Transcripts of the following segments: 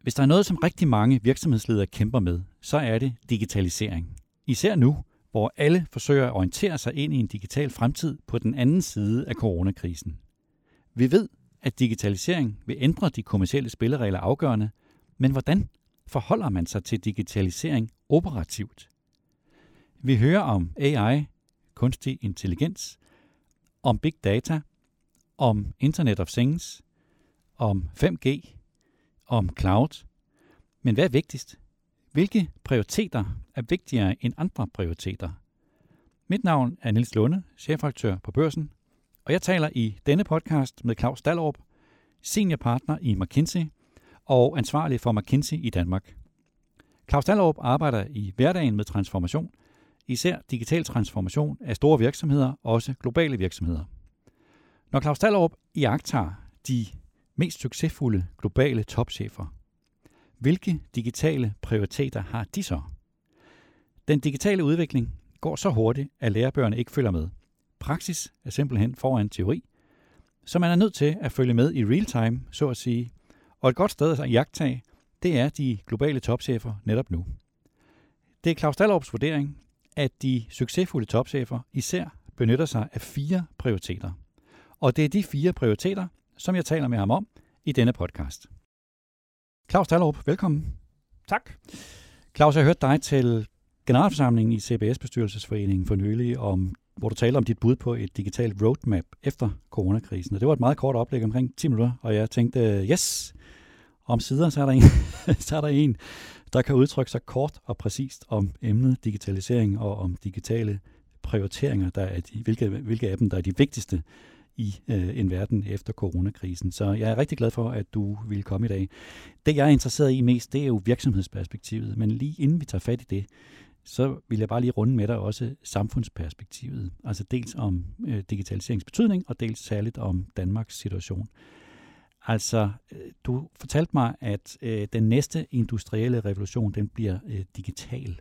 Hvis der er noget, som rigtig mange virksomhedsledere kæmper med, så er det digitalisering. Især nu, hvor alle forsøger at orientere sig ind i en digital fremtid på den anden side af coronakrisen. Vi ved, at digitalisering vil ændre de kommercielle spilleregler afgørende, men hvordan forholder man sig til digitalisering operativt? Vi hører om AI, kunstig intelligens, om big data, om Internet of Things, om 5G, om cloud. Men hvad er vigtigst? Hvilke prioriteter er vigtigere end andre prioriteter? Mit navn er Niels Lunde, chefredaktør på Børsen, og jeg taler i denne podcast med Claus Dahlerup, seniorpartner i McKinsey og ansvarlig for McKinsey i Danmark. Claus Dahlerup arbejder i hverdagen med transformation, især digital transformation af store virksomheder, også globale virksomheder. Når Claus Dahlerup iagttager de mest succesfulde globale topchefer, hvilke digitale prioriteter har de så? Den digitale udvikling går så hurtigt, at lærebøgerne ikke følger med. Praksis er simpelthen foran teori, så man er nødt til at følge med i real time, så at sige. Og et godt sted at iagttage, det er de globale topchefer netop nu. Det er Claus Dahlerups vurdering, at de succesfulde topchefer især benytter sig af 4 prioriteter. Og det er de 4 prioriteter, som jeg taler med ham om i denne podcast. Claus Dahlerup, velkommen. Tak. Claus, jeg hørte dig til generalforsamlingen i CBS-bestyrelsesforeningen for nylig, hvor du talte om dit bud på et digitalt roadmap efter coronakrisen. Og det var et meget kort oplæg omkring 10 minutter, og jeg tænkte, yes, om sider så er der en, der kan udtrykke sig kort og præcist om emnet digitalisering og om digitale prioriteringer, hvilke af dem, der er de vigtigste i en verden efter coronakrisen. Så jeg er rigtig glad for, at du ville komme i dag. Det, jeg er interesseret i mest, det er jo virksomhedsperspektivet. Men lige inden vi tager fat i det, så vil jeg bare lige runde med dig også samfundsperspektivet. Altså dels om digitaliseringens betydning, og dels særligt om Danmarks situation. Altså, du fortalte mig, at den næste industrielle revolution, den bliver digital.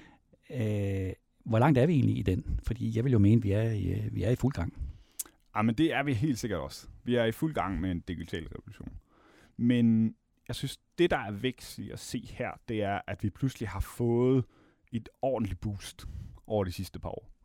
Hvor langt er vi egentlig i den? Fordi jeg vil jo mene, at vi er i fuld gang. Jamen, det er vi helt sikkert også. Vi er i fuld gang med en digital revolution. Men jeg synes, det der er vigtigt at se her, det er, at vi pludselig har fået et ordentligt boost over de sidste par år.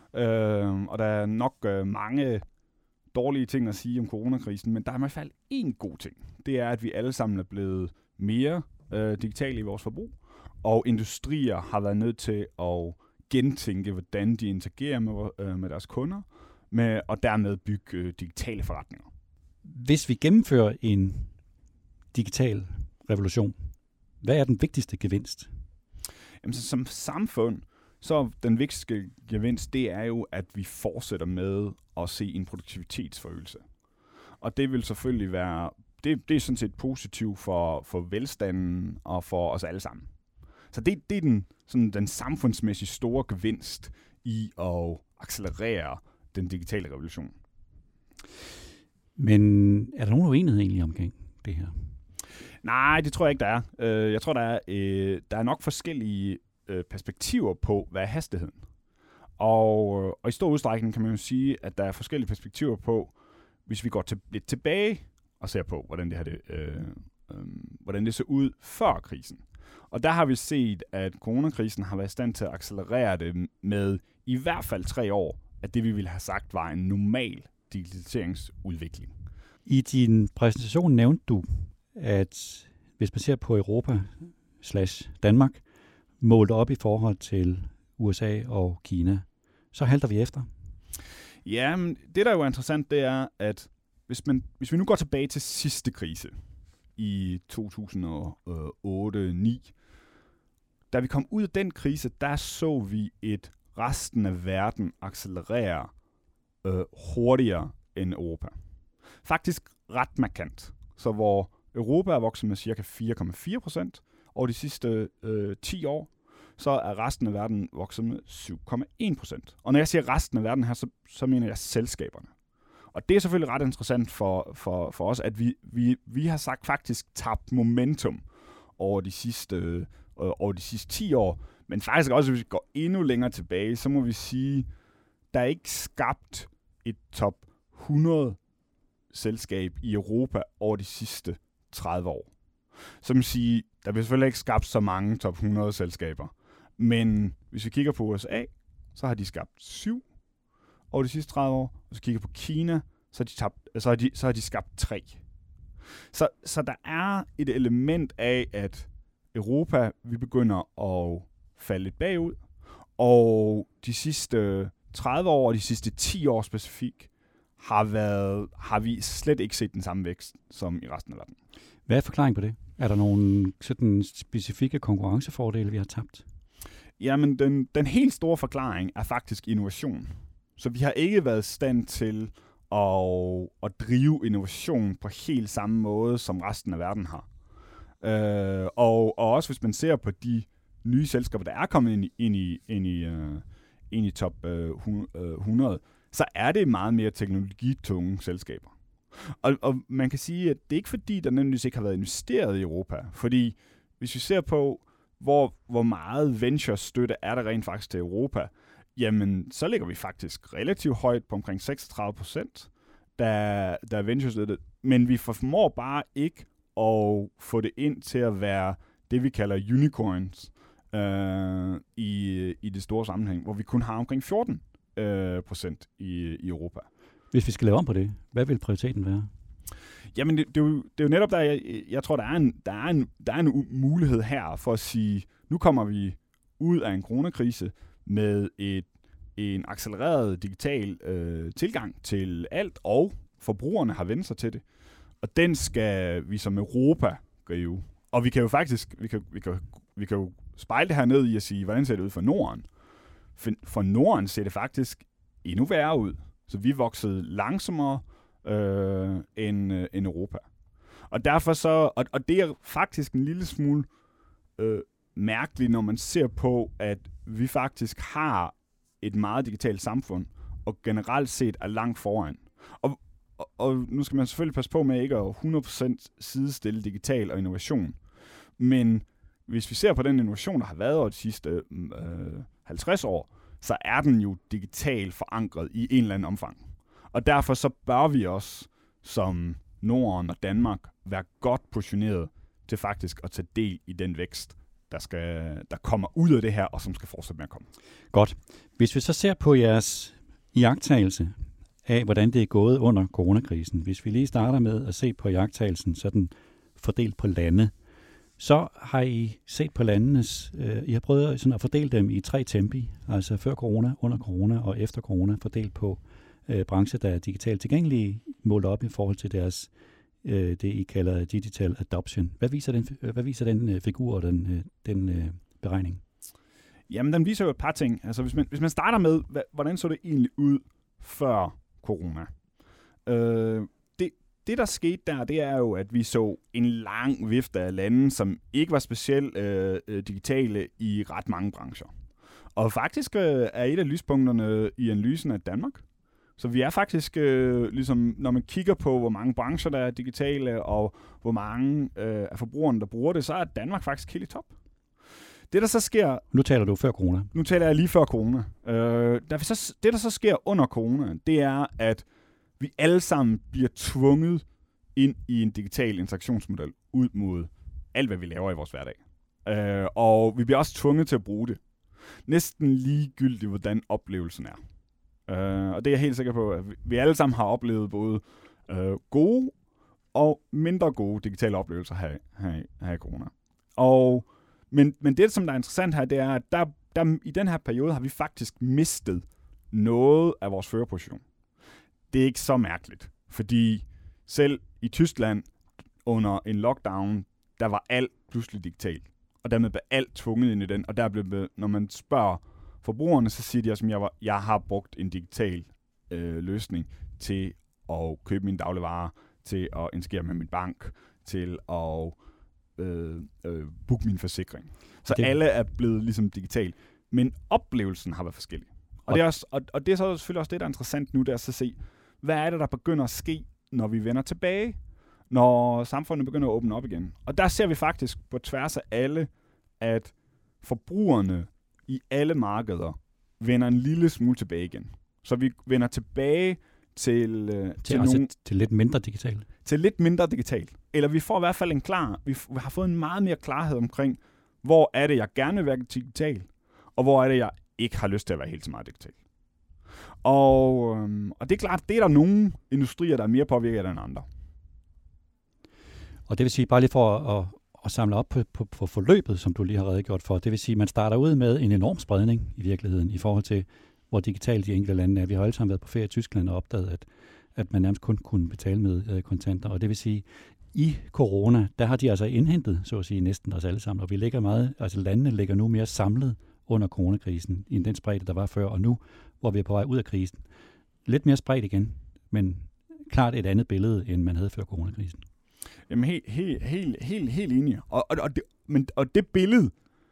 Og der er nok mange dårlige ting at sige om coronakrisen, men der er i hvert fald én god ting. Det er, at vi alle sammen er blevet mere digitale i vores forbrug, og industrier har været nødt til at gentænke, hvordan de interagerer med deres kunder, og dermed bygge digitale forretninger. Hvis vi gennemfører en digital revolution, hvad er den vigtigste gevinst? Jamen, så som samfund, så den vigtigste gevinst, det er jo, at vi fortsætter med at se en produktivitetsforøgelse. Og det vil selvfølgelig være, det er sådan set positivt for velstanden og for os alle sammen. Så det er den samfundsmæssigt store gevinst i at accelerere den digitale revolution. Men er der nogen uenighed egentlig omkring det her? Nej, det tror jeg ikke, der er. Jeg tror, der er nok forskellige perspektiver på, hvad er hastigheden. Og i stor udstrækning kan man jo sige, at der er forskellige perspektiver på, hvis vi går lidt tilbage og ser på, hvordan det så ud før krisen. Og der har vi set, at coronakrisen har været i stand til at accelerere det med i hvert fald 3 år, at det vi ville have sagt var en normal digitaliseringsudvikling. I din præsentation nævnte du, at hvis man ser på Europa/Danmark, målt op i forhold til USA og Kina, så halter vi efter. Ja, men det der jo er interessant, det er, at hvis vi nu går tilbage til sidste krise i 2008-2009, da vi kom ud af den krise, der så vi resten af verden accelerere hurtigere end Europa. Faktisk ret markant. Så hvor Europa er vokset med ca. 4,4% over de sidste 10 år, så er resten af verden vokset med 7,1%. Og når jeg siger resten af verden her, så mener jeg selskaberne. Og det er selvfølgelig ret interessant for os, at vi har faktisk tabt momentum over de sidste 10 år. Men faktisk også, hvis vi går endnu længere tilbage, så må vi sige, der er ikke skabt et top 100 selskab i Europa over de sidste 30 år. som siger, der bliver selvfølgelig ikke skabt så mange top 100 selskaber. Men hvis vi kigger på USA, så har de skabt 7 over de sidste 30 år. Hvis vi kigger på Kina, så har de skabt 3. Så der er et element af, at Europa, vi begynder at falde lidt bagud. Og de sidste 30 år og de sidste 10 år specifikt, har vi slet ikke set den samme vækst som i resten af verden. Hvad er forklaringen på det? Er der nogle sådan specifikke konkurrencefordele, vi har tabt? Jamen, den helt store forklaring er faktisk innovation. Så vi har ikke været i stand til at drive innovation på helt samme måde, som resten af verden har. Og også hvis man ser på de nye selskaber, der er kommet ind i top 100, så er det meget mere teknologitunge selskaber. Og man kan sige, at det er ikke fordi, der nødvendigvis ikke har været investeret i Europa. Fordi hvis vi ser på, hvor meget venture-støtte er der rent faktisk til Europa, jamen så ligger vi faktisk relativt højt på omkring 36%, der er venture-støtte. Men vi formår bare ikke at få det ind til at være det, vi kalder unicorns i det store sammenhæng, hvor vi kun har omkring 14% i Europa. Hvis vi skal lave om på det, hvad vil prioriteten være? Jamen, det er jo netop der, jeg tror, der er en mulighed her for at sige, nu kommer vi ud af en coronakrise med en accelereret digital tilgang til alt, og forbrugerne har vendt sig til det. Og den skal vi som Europa gribe. Og vi kan jo faktisk, vi kan jo spejle det her ned i at sige, hvordan ser det ud for Norden? For Norden ser det faktisk endnu værre ud. Så vi voksede langsommere end Europa. Og derfor så, og det er faktisk en lille smule mærkeligt, når man ser på, at vi faktisk har et meget digitalt samfund, og generelt set er langt foran. Og nu skal man selvfølgelig passe på med ikke at 100% sidestille digital og innovation. Men hvis vi ser på den innovation, der har været over de sidste 50 år, så er den jo digitalt forankret i en eller anden omfang. Og derfor så bør vi også som Norden og Danmark være godt positioneret til faktisk at tage del i den vækst, der kommer ud af det her, og som skal fortsætte med at komme. Godt. Hvis vi så ser på jeres iagttagelse af, hvordan det er gået under coronakrisen, hvis vi lige starter med at se på iagttagelsen sådan fordelt på lande, så har I set på landenes, I har prøvet sådan at fordele dem i 3 tempi, altså før corona, under corona og efter corona, fordelt på brancher, der er digitalt tilgængelige, målt op i forhold til deres, det I kalder digital adoption. Hvad viser den figur og den beregning? Jamen, den viser jo et par ting. Altså, hvis man starter med, hvordan så det egentlig ud før corona? Det, der skete det er jo, at vi så en lang vifte af lande, som ikke var specielt digitale i ret mange brancher. Og faktisk er et af lyspunkterne i analysen af Danmark. Så vi er faktisk, ligesom, når man kigger på, hvor mange brancher, der er digitale, og hvor mange af forbrugerne, der bruger det, så er Danmark faktisk helt i top. Det, der så sker... Nu taler du før corona. Nu taler jeg lige før corona. Det, der så sker under corona, det er, at vi alle sammen bliver tvunget ind i en digital interaktionsmodel ud mod alt, hvad vi laver i vores hverdag. Og vi bliver også tvunget til at bruge det. Næsten ligegyldigt, hvordan oplevelsen er. Og det er jeg helt sikker på, at vi alle sammen har oplevet både gode og mindre gode digitale oplevelser her i corona. Men det, som der er interessant her, det er, at der i den her periode har vi faktisk mistet noget af vores førerposition. Det er ikke så mærkeligt, fordi selv i Tyskland under en lockdown, der var alt pludselig digitalt. Og dermed blev alt tvunget ind i den, og der blev, når man spørger forbrugerne, så siger de også, at jeg har brugt en digital løsning til at købe mine dagligvarer, til at integrere med min bank, til at booke min forsikring. Så alle er blevet ligesom digital. Men oplevelsen har været forskellig. Og det er så selvfølgelig også det, der er interessant nu, det er at se, hvad er det, der begynder at ske, når vi vender tilbage, når samfundet begynder at åbne op igen. Og der ser vi faktisk på tværs af alle, at forbrugerne i alle markeder vender en lille smule tilbage igen. Så vi vender tilbage til lidt mindre digitalt. til lidt mindre digitalt. Eller vi får i hvert fald vi har fået en meget mere klarhed omkring, hvor er det, jeg gerne vil være digital, og hvor er det, jeg ikke har lyst til at være helt så meget digital. Og det er klart, det er der nogle industrier, der er mere påvirket end andre. Og det vil sige, bare lige for at samle op på forløbet, som du lige har redegjort for, det vil sige, at man starter ud med en enorm spredning i virkeligheden i forhold til, hvor digitalt de enkelte lande er. Vi har alle sammen været på ferie i Tyskland og opdaget, at man nærmest kun kunne betale med kontanter. Og det vil sige, i corona, der har de altså indhentet, så at sige, næsten os alle sammen. Og vi ligger meget, altså landene ligger nu mere samlet under coronakrisen, i den spredte, der var før, og nu, hvor vi er på vej ud af krisen. Lidt mere spredt igen, men klart et andet billede, end man havde før coronakrisen. Jamen helt enig. Og det billede,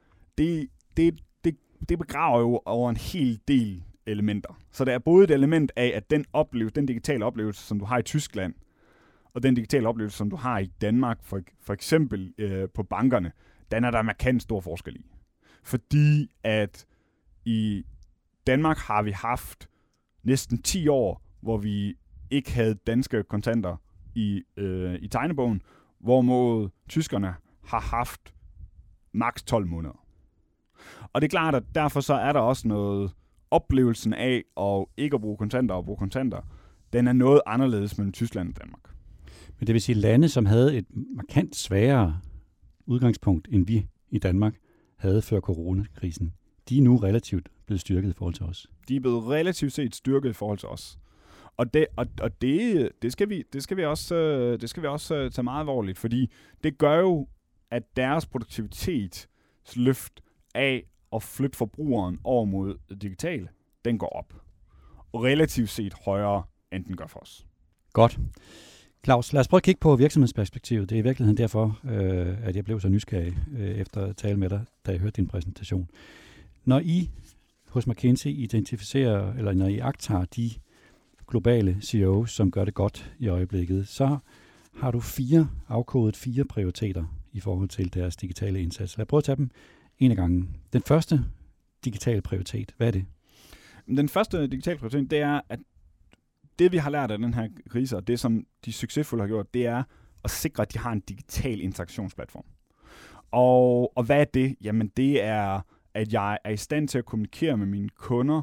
det begraver jo over en hel del elementer. Så der er både et element af, at den digitale oplevelse, som du har i Tyskland, og den digitale oplevelse, som du har i Danmark, for eksempel på bankerne, den er der markant stor forskel i. Fordi at i Danmark har vi haft næsten 10 år, hvor vi ikke havde danske kontanter i tegnebogen, hvorimod tyskerne har haft maks 12 måneder. Og det er klart, at derfor så er der også noget oplevelsen af at ikke at bruge kontanter og bruge kontanter, den er noget anderledes mellem Tyskland og Danmark. Men det vil sige, lande, som havde et markant sværere udgangspunkt, end vi i Danmark havde før coronakrisen, de er nu relativt blevet styrket i forhold til os. De er blevet relativt set styrket i forhold til os. Og det skal vi også tage meget alvorligt, fordi det gør jo, at deres produktivitetsløft af at flytte forbrugeren over mod det digitale, den går op. Og relativt set højere, end den gør for os. Godt. Claus, lad os prøve at kigge på virksomhedsperspektivet. Det er i virkeligheden derfor, at jeg blev så nysgerrig efter at tale med dig, da jeg hørte din præsentation. Når I hos McKinsey identificerer, eller når I agtager de globale CEOs, som gør det godt i øjeblikket, så har du afkodet 4 prioriteter i forhold til deres digitale indsats. Lad os prøve at tage dem en af gangen. Den første digitale prioritet, hvad er det? Den første digitale prioritet, det er, at det vi har lært af den her krise, og det som de succesfulde har gjort, det er at sikre, at de har en digital interaktionsplatform. Og hvad er det? Jamen det er, at jeg er i stand til at kommunikere med mine kunder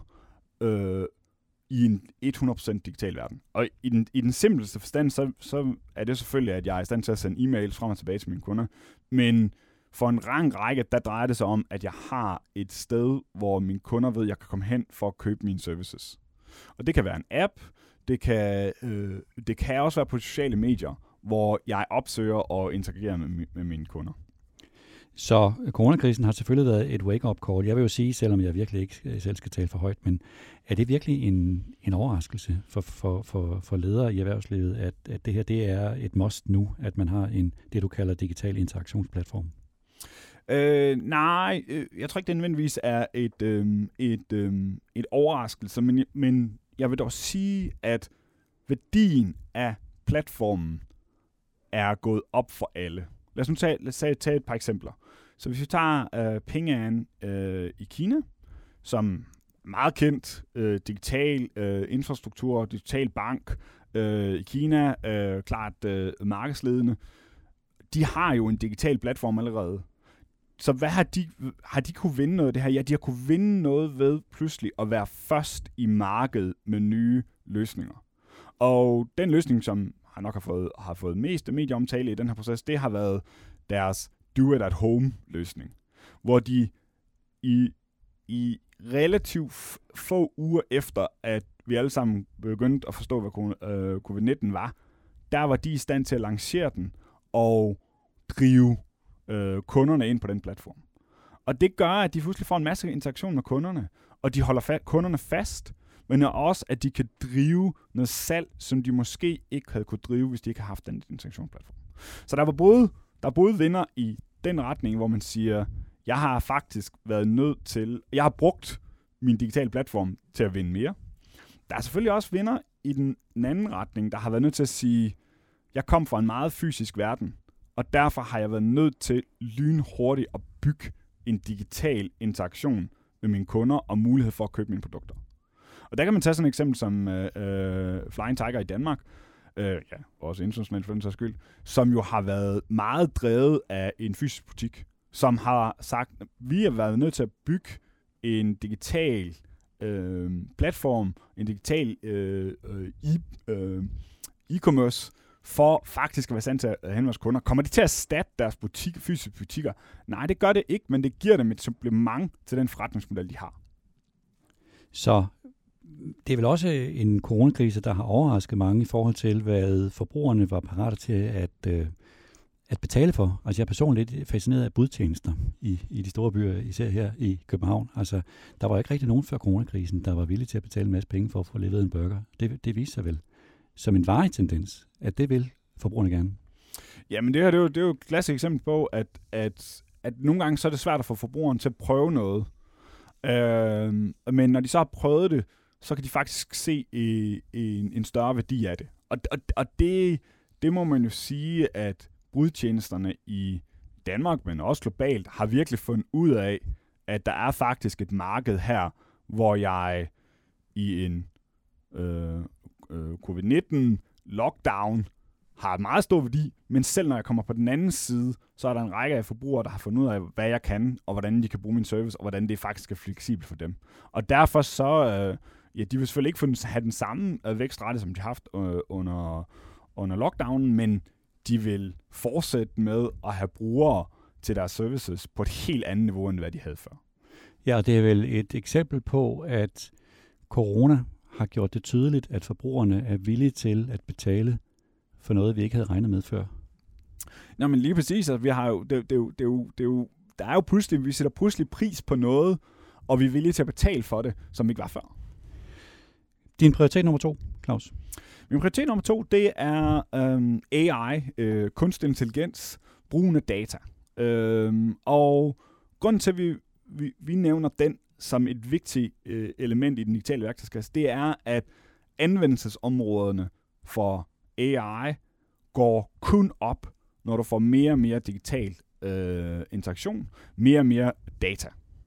i en 100% digital verden. Og i den simpleste forstand, så er det selvfølgelig, at jeg er i stand til at sende e-mails frem og tilbage til mine kunder. Men for en lang række, der drejer det sig om, at jeg har et sted, hvor mine kunder ved, at jeg kan komme hen for at købe mine services. Og det kan være en app, det kan også være på sociale medier, hvor jeg opsøger og interagerer med mine kunder. Så coronakrisen har selvfølgelig været et wake-up call. Jeg vil jo sige, selvom jeg virkelig ikke selv skal tale for højt, men er det virkelig en overraskelse for ledere i erhvervslivet, at det her det er et must nu, at man har det, du kalder digital interaktionsplatform? Nej, jeg tror ikke, det nødvendigvis er et overraskelse, men jeg vil dog sige, at værdien af platformen er gået op for alle. Lad os nu tage et par eksempler. Så hvis vi tager Ping An i Kina, som meget kendt digital infrastruktur, digital bank i Kina, klart markedsledende, de har jo en digital platform allerede. Så hvad har de kunne vinde noget af det her? Ja, de har kunne vinde noget ved pludselig at være først i markedet med nye løsninger. Og den løsning, som har fået mest medieomtale i den her proces, det har været deres do-it-at-home-løsning, hvor de i relativt få uger efter, at vi alle sammen begyndte at forstå, hvad covid-19 var, der var de i stand til at lancere den og drive kunderne ind på den platform. Og det gør, at de pludselig får en masse interaktion med kunderne, og de holder kunderne fast, men også, at de kan drive noget salg, som de måske ikke havde kunne drive, hvis de ikke havde haft den interaktionsplatform. Så der er både vinder i den retning, hvor man siger, jeg har faktisk været nødt til, jeg har brugt min digitale platform til at vinde mere. Der er selvfølgelig også vinder i den anden retning, der har været nødt til at sige, jeg kom fra en meget fysisk verden, og derfor har jeg været nødt til lynhurtigt at bygge en digital interaktion med mine kunder og mulighed for at købe mine produkter. Og der kan man tage sådan et eksempel som Flying Tiger i Danmark, også internationalt for den sags skyld, som jo har været meget drevet af en fysisk butik, som har sagt, at vi har været nødt til at bygge en digital platform, en digital e-commerce, for faktisk at være stand til at henvende vores kunder. Kommer de til at erstatte deres fysiske butikker? Nej, det gør det ikke, men det giver dem et supplement til den forretningsmodel, de har. Så det er vel også en coronakrise, der har overrasket mange i forhold til, hvad forbrugerne var parate til at betale for. Altså jeg er personligt lidt fascineret af budtjenester i de store byer, især her i København. Altså der var ikke rigtig nogen før coronakrisen, der var villige til at betale en masse penge for at få leveret en burger. Det viser sig vel som en varig tendens, at det vil forbrugerne gerne. Jamen det her, det er jo et klassisk eksempel på, at nogle gange så er det svært at få forbrugeren til at prøve noget. Men når de så har prøvet det, så kan de faktisk se en større værdi af det. Og det må man jo sige, at budtjenesterne i Danmark, men også globalt, har virkelig fundet ud af, at der er faktisk et marked her, hvor jeg i en covid-19 lockdown har meget stor værdi, men selv når jeg kommer på den anden side, så er der en række af forbrugere, der har fundet ud af, hvad jeg kan, og hvordan de kan bruge min service, og hvordan det faktisk er fleksibelt for dem. Og derfor så, de vil selvfølgelig ikke have den samme vækstrate, som de har haft under lockdownen, men de vil fortsætte med at have brugere til deres services på et helt andet niveau, end hvad de havde før. Ja, det er vel et eksempel på, at corona har gjort det tydeligt, at forbrugerne er villige til at betale for noget, vi ikke havde regnet med før. Nå, men lige præcis. Altså, vi har jo, der er jo pludselig, vi sætter pludselig pris på noget, og vi er villige til at betale for det, som vi ikke var før. Din prioritet nummer 2, Claus? Min prioritet nummer 2, det er AI, kunstig intelligens, brugen af data. Og grunden til, at vi nævner den som et vigtigt element i den digitale værktøjskasse, det er, at anvendelsesområderne for AI går kun op, når du får mere og mere digital interaktion, mere og mere data.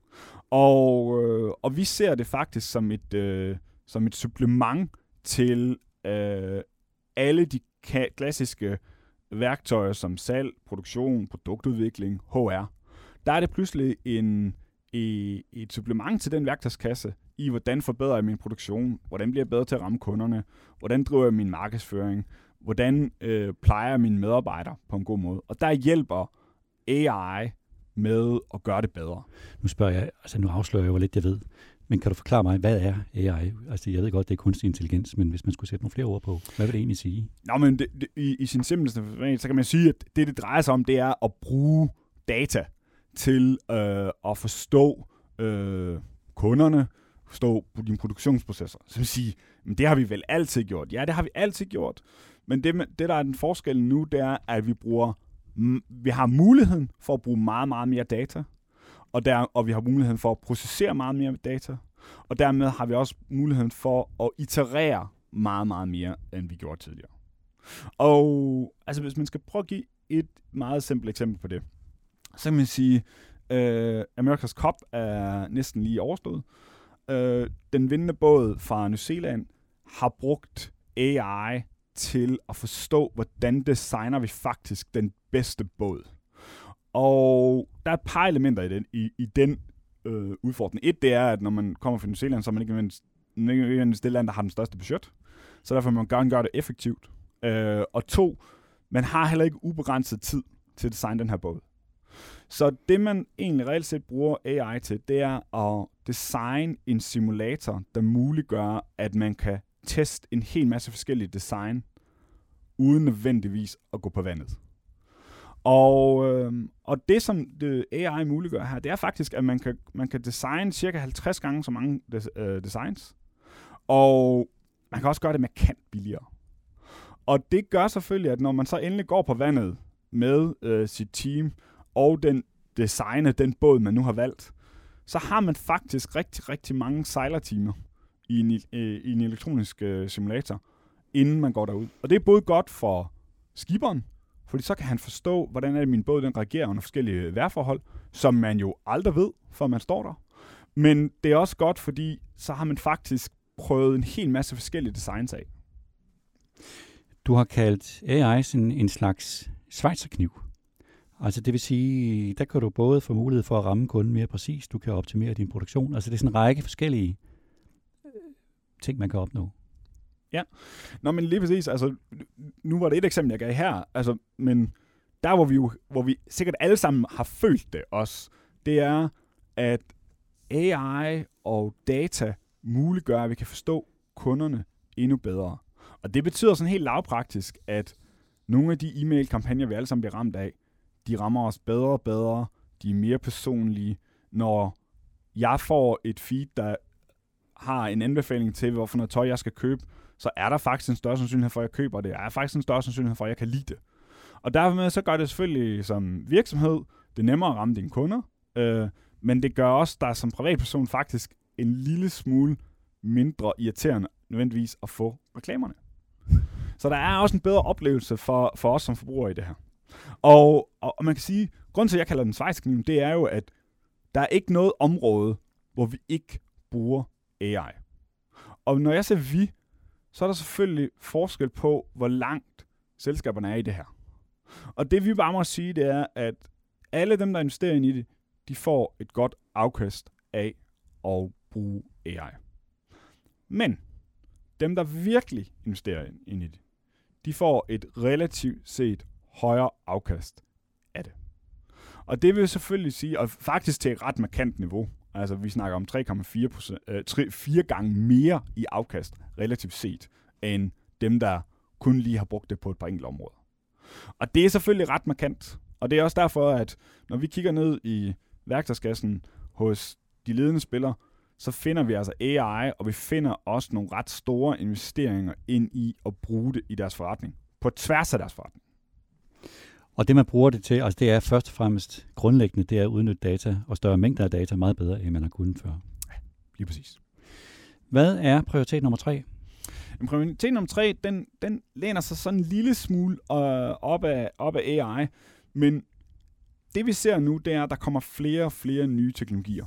Og vi ser det faktisk som et supplement til alle de klassiske værktøjer som salg, produktion, produktudvikling, HR. Der er det pludselig et supplement til den værktøjskasse i, hvordan forbedrer jeg min produktion, hvordan bliver jeg bedre til at ramme kunderne, hvordan driver jeg min markedsføring, hvordan plejer jeg mine medarbejdere på en god måde. Og der hjælper AI med at gøre det bedre. Nu spørger jeg, altså nu afslører jeg jo lidt, jeg ved, men kan du forklare mig, hvad er AI? Altså jeg ved godt, det er kunstig intelligens, men hvis man skulle sætte nogle flere ord på, hvad vil det egentlig sige? Nå, men i sin simpleste forstand, så kan man sige, at det drejer sig om, det er at bruge data til at forstå kunderne, forstå dine produktionsprocesser. Så vil sige, men det har vi vel altid gjort. Ja, det har vi altid gjort. Men det der er den forskel nu, det er, at vi har muligheden for at bruge meget, meget mere data, og vi har muligheden for at processere meget mere data, og dermed har vi også muligheden for at iterere meget, meget mere, end vi gjorde tidligere. Og altså, hvis man skal prøve at give et meget simpelt eksempel på det, så kan man sige, America's Cup er næsten lige overstået. Den vindende båd fra New Zealand har brugt AI til at forstå, hvordan designer vi faktisk den bedste båd. Og der er et par elementer i den udfordring. Et, det er, at når man kommer fra New Zealand, så er man ikke det land, der har den største budget. Så derfor må man gerne gøre det effektivt. Og 2, man har heller ikke ubegrænset tid til at designe den her båd. Så det, man egentlig reelt set bruger AI til, det er at designe en simulator, der muliggør, at man kan teste en hel masse forskellige design, uden nødvendigvis at gå på vandet. Og det, som det AI muliggør her, det er faktisk, at man kan designe cirka 50 gange så mange designs, og man kan også gøre det markant billigere. Og det gør selvfølgelig, at når man så endelig går på vandet med sit team, og den båd, man nu har valgt, så har man faktisk rigtig, rigtig mange sejlertimer i en elektronisk simulator, inden man går derud. Og det er både godt for skiberen, fordi så kan han forstå, hvordan er det, min båd den reagerer under forskellige vejrforhold, som man jo aldrig ved, før man står der. Men det er også godt, fordi så har man faktisk prøvet en hel masse forskellige designs af. Du har kaldt AI en slags schweizerkniv. Altså det vil sige, der kan du både få mulighed for at ramme kunden mere præcis, du kan optimere din produktion. Altså det er sådan en række forskellige ting, man kan opnå. Ja, men lige præcis, altså nu var det et eksempel, jeg gav her, altså, men der hvor vi sikkert alle sammen har følt det også, det er, at AI og data muliggør, at vi kan forstå kunderne endnu bedre. Og det betyder sådan helt lavpraktisk, at nogle af de e-mail-kampagner, vi alle sammen bliver ramt af, de rammer os bedre og bedre, de er mere personlige. Når jeg får et feed, der har en anbefaling til, hvorfor noget tøj jeg skal købe, så er der faktisk en større sandsynlighed for, at jeg køber det. Der er faktisk en større sandsynlighed for, at jeg kan lide det. Og dermed så gør det selvfølgelig som virksomhed, det er nemmere at ramme dine kunder, men det gør også, der som privatperson faktisk en lille smule mindre irriterende nødvendigvis at få reklamerne. Så der er også en bedre oplevelse for os som forbrugere i det her. Og man kan sige, grunden til, at jeg kalder den schweizerkniven, det er jo, at der er ikke noget område, hvor vi ikke bruger AI. Og når jeg siger vi, så er der selvfølgelig forskel på, hvor langt selskaberne er i det her. Og det vi bare må sige, det er, at alle dem, der investerer ind i det, de får et godt afkast af at bruge AI. Men dem, der virkelig investerer ind i det, de får et relativt set højere afkast af det. Og det vil selvfølgelig sige, og faktisk til et ret markant niveau, altså vi snakker om 3,4 gange mere i afkast relativt set, end dem, der kun lige har brugt det på et par enkelte områder. Og det er selvfølgelig ret markant. Og det er også derfor, at når vi kigger ned i værktøjskassen hos de ledende spillere, så finder vi altså AI, og vi finder også nogle ret store investeringer ind i at bruge det i deres forretning. På tværs af deres forretning. Og det, man bruger det til, altså det er først og fremmest grundlæggende, det er at udnytte data og større mængder af data meget bedre, end man har kunnet før. Ja, lige præcis. Hvad er prioritet nummer 3? Prioritet nummer 3, den læner sig sådan en lille smule op af AI, men det vi ser nu, det er, at der kommer flere og flere nye teknologier.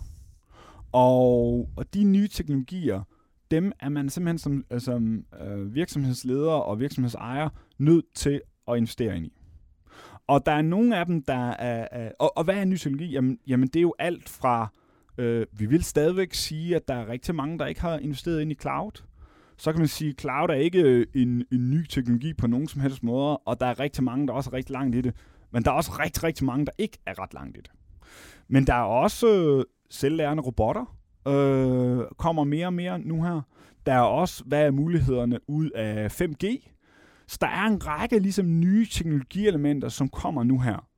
Og de nye teknologier, dem er man simpelthen som virksomhedsleder og virksomhedsejer nødt til at investere ind i. Og der er nogle af dem, der er... Og hvad er ny teknologi? Jamen det er jo alt fra... vi vil stadigvæk sige, at der er rigtig mange, der ikke har investeret ind i cloud. Så kan man sige, at cloud er ikke en ny teknologi på nogen som helst måder, og der er rigtig mange, der også er rigtig langt i det. Men der er også rigtig, rigtig mange, der ikke er ret langt i det. Men der er også selvlærende robotter, kommer mere og mere nu her. Der er også, hvad er mulighederne ud af 5G? Så der er en række ligesom nye teknologielementer, som kommer nu her.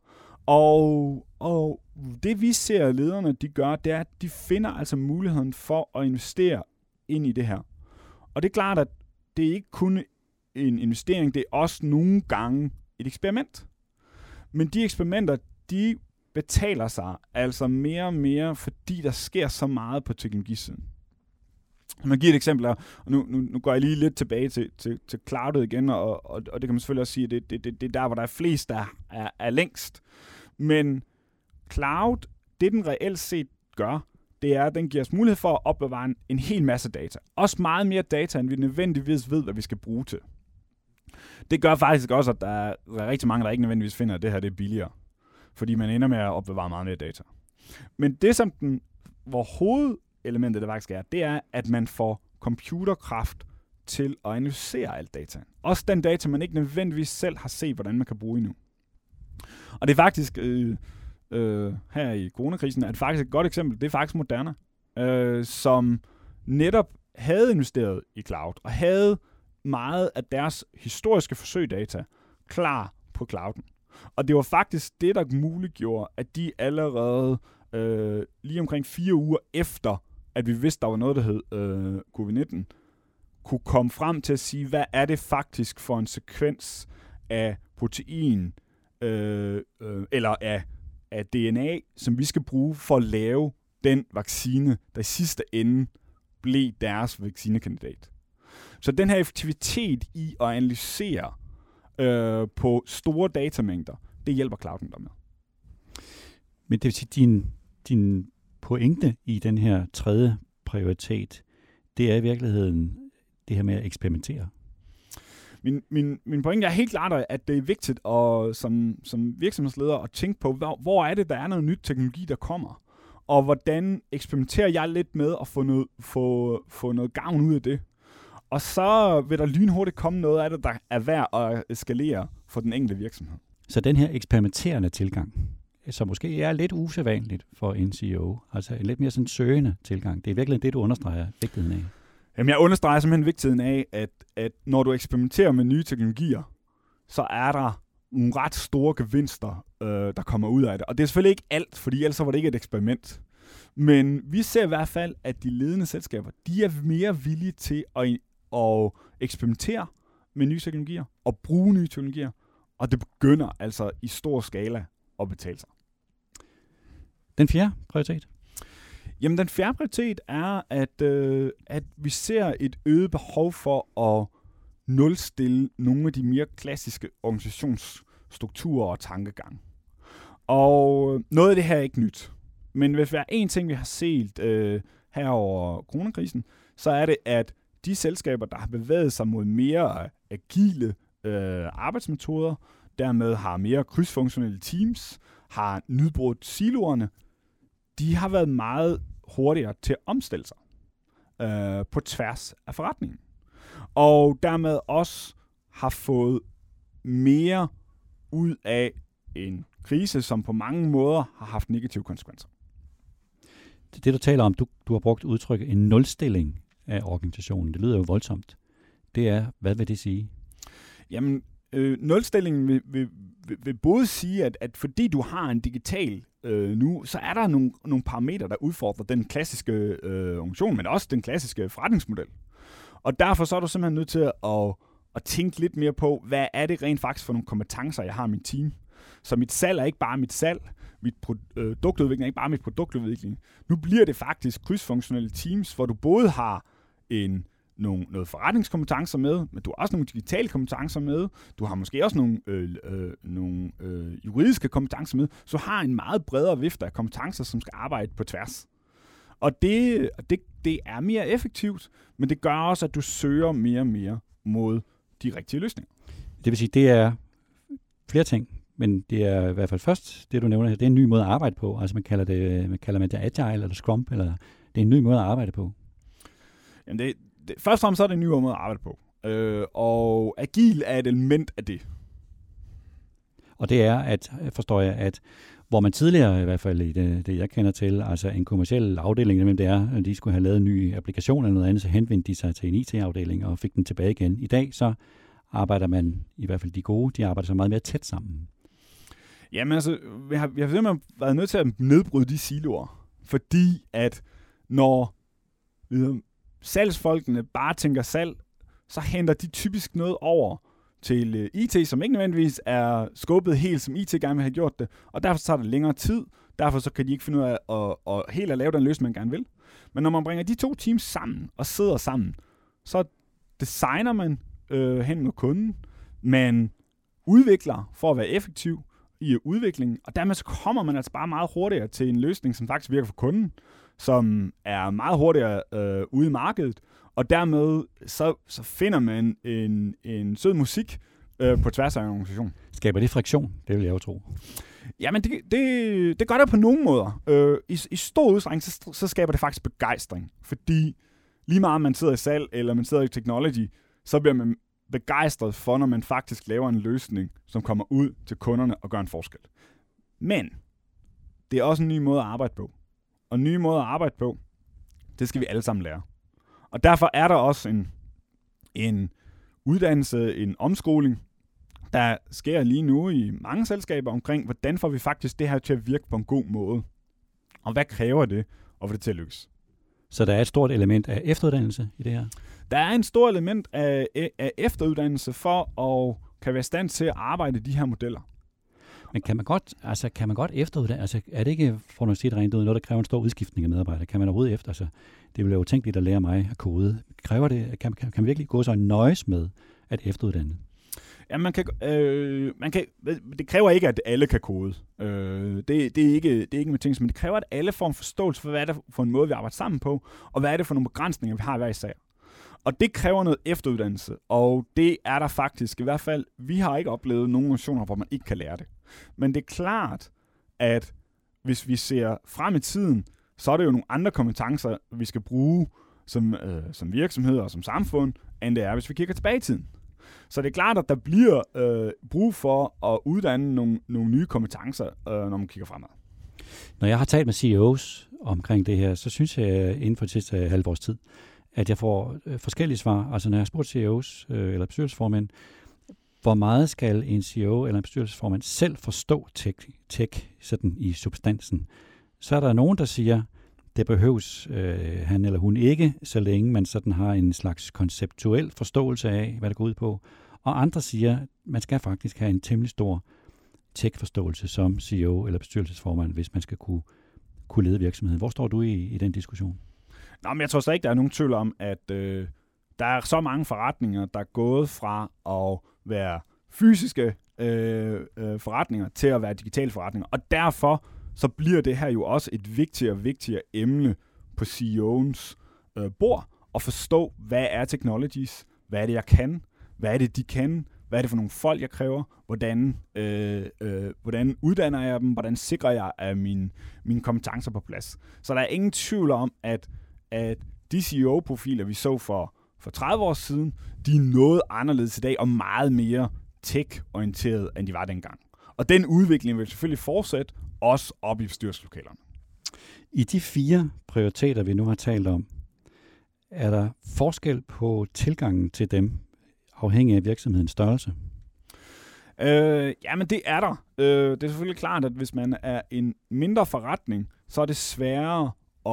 Og det vi ser lederne, de gør, det er, at de finder altså muligheden for at investere ind i det her. Og det er klart, at det er ikke kun en investering, det er også nogle gange et eksperiment. Men de eksperimenter, de betaler sig altså mere og mere, fordi der sker så meget på teknologisiden. Man giver et eksempel her, og nu går jeg lige lidt tilbage til cloudet igen, og det kan man selvfølgelig også sige, at det er der, hvor der er flest, der er længst. Men cloud, det den reelt set gør, det er, at den giver os mulighed for at opbevare en hel masse data. Også meget mere data, end vi nødvendigvis ved, hvad vi skal bruge til. Det gør faktisk også, at der er rigtig mange, der ikke nødvendigvis finder, at det her det er billigere. Fordi man ender med at opbevare meget mere data. Men det, som hvor hovedelementet det faktisk er, det er, at man får computerkraft til at analysere alt data. Også den data, man ikke nødvendigvis selv har set, hvordan man kan bruge endnu. Og det er faktisk, her i coronakrisen, er det faktisk et godt eksempel. Det er faktisk Moderna, som netop havde investeret i cloud, og havde meget af deres historiske forsøgdata klar på clouden. Og det var faktisk det, der muliggjorde, at de allerede lige omkring 4 uger efter, at vi vidste, der var noget, der hed covid-19, kunne komme frem til at sige, hvad er det faktisk for en sekvens af protein, eller af DNA, som vi skal bruge for at lave den vaccine, der i sidste ende blev deres vaccinekandidat. Så den her effektivitet i at analysere på store datamængder, det hjælper clouden der med. Men det vil sige, din pointe i den her tredje prioritet, det er i virkeligheden det her med at eksperimentere. Min pointe er helt klart, at det er vigtigt at, som virksomhedsleder at tænke på, hvor er det, der er noget nyt teknologi, der kommer, og hvordan eksperimenterer jeg lidt med at få noget gavn ud af det. Og så vil der lynhurtigt komme noget af det, der er værd at eskalere for den enkelte virksomhed. Så den her eksperimenterende tilgang, som måske er lidt usædvanligt for en CEO, altså en lidt mere sådan søgende tilgang, det er virkelig det, du understreger vigtigheden af. Jamen, jeg understreger simpelthen vigtigheden af, at når du eksperimenterer med nye teknologier, så er der nogle ret store gevinster, der kommer ud af det. Og det er selvfølgelig ikke alt, fordi ellers var det ikke et eksperiment. Men vi ser i hvert fald, at de ledende selskaber, de er mere villige til at eksperimentere med nye teknologier og bruge nye teknologier. Og det begynder altså i stor skala at betale sig. Den fjerde prioritet? Jamen, den fjerde prioritet er, at vi ser et øget behov for at nulstille nogle af de mere klassiske organisationsstrukturer og tankegang. Og noget af det her er ikke nyt. Men hvis der er en ting, vi har set her over coronakrisen, så er det, at de selskaber, der har bevæget sig mod mere agile arbejdsmetoder, dermed har mere krydsfunktionelle teams, har nedbrudt siloerne, de har været meget hurtigere til at omstille sig på tværs af forretningen. Og dermed også har fået mere ud af en krise, som på mange måder har haft negative konsekvenser. Det du taler om, du har brugt udtrykket en nulstilling af organisationen. Det lyder jo voldsomt. Det er, hvad vil det sige? Jamen, nulstillingen vil både sige, at fordi du har en digital nu, så er der nogle parametre, der udfordrer den klassiske organisation, men også den klassiske forretningsmodel. Og derfor så er du simpelthen nødt til at tænke lidt mere på, hvad er det rent faktisk for nogle kompetencer, jeg har i mit team. Så mit salg er ikke bare mit salg, mit produktudvikling er ikke bare mit produktudvikling. Nu bliver det faktisk krydsfunktionelle teams, hvor du både har noget forretningskompetencer med, men du har også nogle digitale kompetencer med, du har måske også nogle juridiske kompetencer med, så du har en meget bredere vifte af kompetencer, som skal arbejde på tværs. Og det er mere effektivt, men det gør også, at du søger mere og mere mod de rigtige løsninger. Det vil sige, det er flere ting, men det er i hvert fald først, det du nævner her, det er en ny måde at arbejde på. Altså man kalder det agile eller scrum, eller det er en ny måde at arbejde på. Jamen først og fremmest så er det en ny måde at arbejde på. Og agil er et element af det. Og det er, forstår jeg, at hvor man tidligere, i hvert fald i det jeg kender til, altså en kommerciel afdeling, hvem det er, at de skulle have lavet en ny applikation eller noget andet, så henvendte de sig til en IT-afdeling og fik den tilbage igen. I dag så arbejder man, i hvert fald de gode, de arbejder så meget mere tæt sammen. Jamen altså, vi har simpelthen været nødt til at nedbryde de siloer, fordi at når salgsfolkene bare tænker salg, så henter de typisk noget over til IT, som ikke nødvendigvis er skubbet helt, som IT gerne vil have gjort det, og derfor tager det længere tid, derfor så kan de ikke finde ud af at helt at lave den løsning, man gerne vil. Men når man bringer de to teams sammen og sidder sammen, så designer man hen mod kunden, man udvikler for at være effektiv i udviklingen, og dermed så kommer man altså bare meget hurtigere til en løsning, som faktisk virker for kunden, som er meget hurtigere ude i markedet, og dermed så finder man en sød musik på tværs af en organisation. Skaber det friktion? Det vil jeg jo tro. Jamen, det gør det på nogle måder. I stor udstrækning, så skaber det faktisk begejstring, fordi lige meget man sidder i salg, eller man sidder i technology, så bliver man begejstret for, når man faktisk laver en løsning, som kommer ud til kunderne og gør en forskel. Men det er også en ny måde at arbejde på. Og nye måder at arbejde på, det skal vi alle sammen lære. Og derfor er der også en uddannelse, en omskoling, der sker lige nu i mange selskaber omkring, hvordan får vi faktisk det her til at virke på en god måde. Og hvad kræver det, og for det til at lykkes. Så der er et stort element af efteruddannelse i det her? Der er en stor element af efteruddannelse for at kan være i stand til at arbejde i de her modeller. Men kan man godt efteruddanne? Altså, er det ikke for universitet noget, der kræver en stor udskiftning af medarbejdere? Kan man overhovedet efter? Altså, det ville jo tænkeligt at lære mig at kode. Kræver det? Kan man virkelig gå så nøjes med at efteruddanne? Ja, det kræver ikke, at alle kan kode. Det er ikke med ting, men det kræver, at alle får en forståelse for, hvad er det for en måde, vi arbejder sammen på, og hvad er det for nogle begrænsninger, vi har hver især. Og det kræver noget efteruddannelse, og det er der faktisk i hvert fald. Vi har ikke oplevet nogen organisationer, hvor man ikke kan lære det. Men det er klart, at hvis vi ser frem i tiden, så er det jo nogle andre kompetencer, vi skal bruge som virksomheder og som samfund, end det er, hvis vi kigger tilbage i tiden. Så det er klart, at der bliver brug for at uddanne nogle nye kompetencer, når man kigger fremad. Når jeg har talt med CEOs omkring det her, så synes jeg inden for det sidste halvt års tid, at jeg får forskellige svar. Altså når jeg har spurgt CEOs eller bestyrelsesformænd, hvor meget skal en CEO eller en bestyrelsesformand selv forstå tech sådan i substansen, så er der nogen, der siger, det behøves han eller hun ikke, så længe man sådan har en slags konceptuel forståelse af, hvad det går ud på. Og andre siger, man skal faktisk have en temmelig stor tech-forståelse som CEO eller bestyrelsesformand, hvis man skal kunne lede virksomheden. Hvor står du i den diskussion? Nå, men jeg tror så ikke, der er nogen tvivl om, at der er så mange forretninger, der er gået fra at være fysiske forretninger til at være digitale forretninger. Og derfor så bliver det her jo også et vigtigere og vigtigere emne på CEO'ens bord, at forstå, hvad er technologies, hvad er det, jeg kan, hvad er det, de kan, hvad er det for nogle folk, jeg kræver, hvordan uddanner jeg dem, hvordan sikrer jeg at mine kompetencer på plads. Så der er ingen tvivl om, at de CEO-profiler, vi så for 30 år siden, de er noget anderledes i dag, og meget mere tech-orienteret, end de var dengang. Og den udvikling vil selvfølgelig fortsætte, også op i bestyrelseslokalerne. I de 4 prioriteter, vi nu har talt om, er der forskel på tilgangen til dem, afhængig af virksomhedens størrelse? Jamen det er der. Det er selvfølgelig klart, at hvis man er en mindre forretning, så er det sværere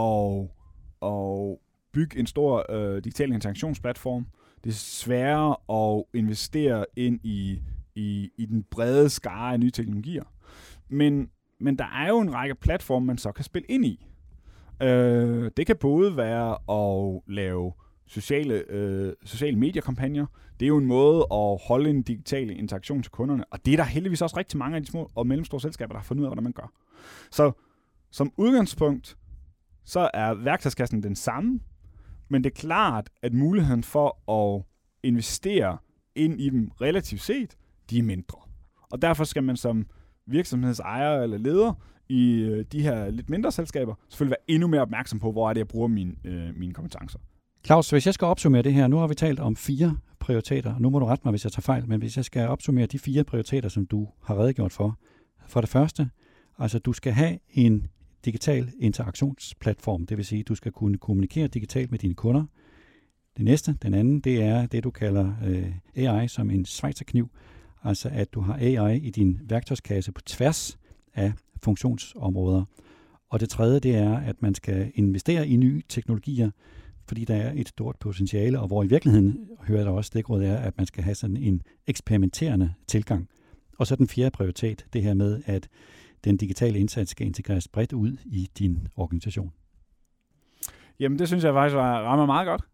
at bygge en stor digital interaktionsplatform. Det er sværere at investere ind i den brede skare af nye teknologier. Men der er jo en række platforme, man så kan spille ind i. Det kan både være at lave sociale mediekampagner. Det er jo en måde at holde en digital interaktion til kunderne, og det er der heldigvis også rigtig mange af de små og mellemstore selskaber, der har fundet ud af, hvordan man gør. Så som udgangspunkt, så er værktøjskassen den samme, men det er klart, at muligheden for at investere ind i dem relativt set, de er mindre. Og derfor skal man som virksomhedsejer eller leder i de her lidt mindre selskaber selvfølgelig være endnu mere opmærksom på, hvor er det, jeg bruger mine kompetencer. Claus, hvis jeg skal opsummere det her, nu har vi talt om 4 prioriteter. Nu må du rette mig, hvis jeg tager fejl, men hvis jeg skal opsummere de 4 prioriteter, som du har redegjort for. For det første, altså du skal have en digital interaktionsplatform, det vil sige, du skal kunne kommunikere digitalt med dine kunder. Det næste, den anden, det er det, du kalder AI som en schweizerkniv, altså at du har AI i din værktøjskasse på tværs af funktionsområder. Og det tredje, det er, at man skal investere i nye teknologier, fordi der er et stort potentiale, og hvor i virkeligheden, hører jeg da også, stikrådet er, at man skal have sådan en eksperimenterende tilgang. Og så den 4. prioritet, det her med, at den digitale indsats skal integreres bredt ud i din organisation. Jamen, det synes jeg faktisk rammer meget godt.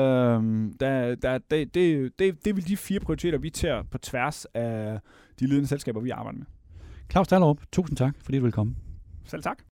Det vil de 4 prioriteter, vi tager på tværs af de ledende selskaber, vi arbejder med. Claus Dahlerup, tusind tak, fordi du vil komme. Selv tak.